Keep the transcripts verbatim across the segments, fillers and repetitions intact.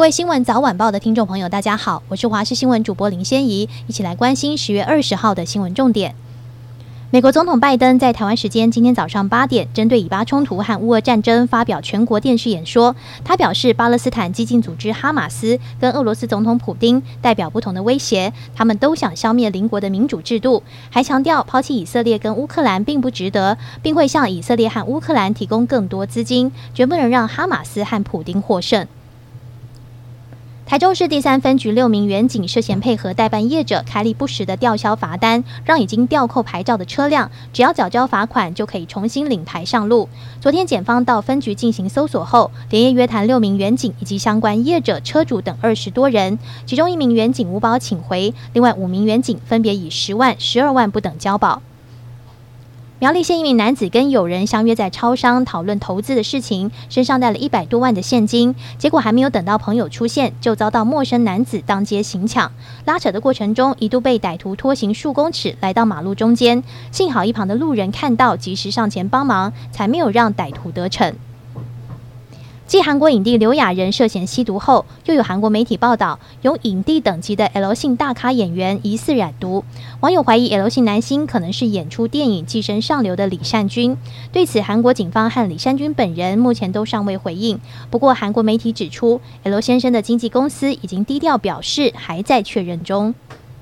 位新闻早晚报的听众朋友，大家好，我是华视新闻主播林仙怡，一起来关心十月二十号的新闻重点。美国总统拜登在台湾时间今天早上八点，针对以巴冲突和乌俄战争发表全国电视演说。他表示，巴勒斯坦激进组织哈马斯跟俄罗斯总统普丁代表不同的威胁，他们都想消灭邻国的民主制度，还强调抛弃以色列跟乌克兰并不值得，并会向以色列和乌克兰提供更多资金，绝不能让哈马斯和普丁获胜。台中市第三分局六名员警涉嫌配合代办业者开立不实的吊销罚单，让已经吊扣牌照的车辆只要缴交罚款就可以重新领牌上路。昨天检方到分局进行搜索后，连夜约谈六名员警以及相关业者、车主等二十多人，其中一名员警无保请回，另外五名员警分别以十万、十二万不等交保。苗栗县一名男子跟友人相约在超商讨论投资的事情，身上带了一百多万的现金，结果还没有等到朋友出现，就遭到陌生男子当街行抢。拉扯的过程中，一度被歹徒拖行数公尺，来到马路中间，幸好一旁的路人看到，及时上前帮忙，才没有让歹徒得逞。继韩国影帝刘亚仁涉嫌吸毒后，又有韩国媒体报道，有影帝等级的 L 姓大咖演员疑似染毒。网友怀疑 L 姓男星可能是演出电影《寄生上流》的李善均。对此，韩国警方和李善均本人目前都尚未回应。不过，韩国媒体指出 ，L 先生的经纪公司已经低调表示，还在确认中。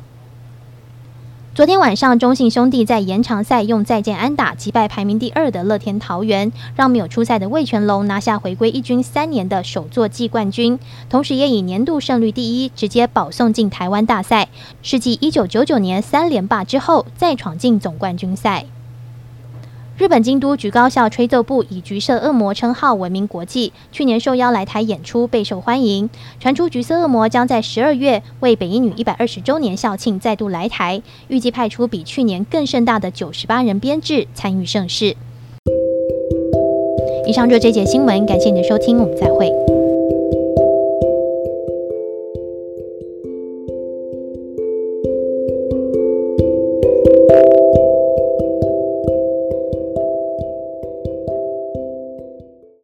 昨天晚上，中信兄弟在延长赛用再见安打击败排名第二的乐天桃园，让没有出赛的味全龙拿下回归一军三年的首座季冠军，同时也以年度胜率第一直接保送进台湾大赛，是继一九九九年三连霸之后再闯进总冠军赛。日本京都橘高校吹奏部以橘色恶魔称号闻名国际，去年受邀来台演出，备受欢迎。传出橘色恶魔将在十二月为北一女一百二十周年校庆再度来台，预计派出比去年更盛大的九十八人编制参与盛事。以上就这节新闻，感谢你的收听，我们再会。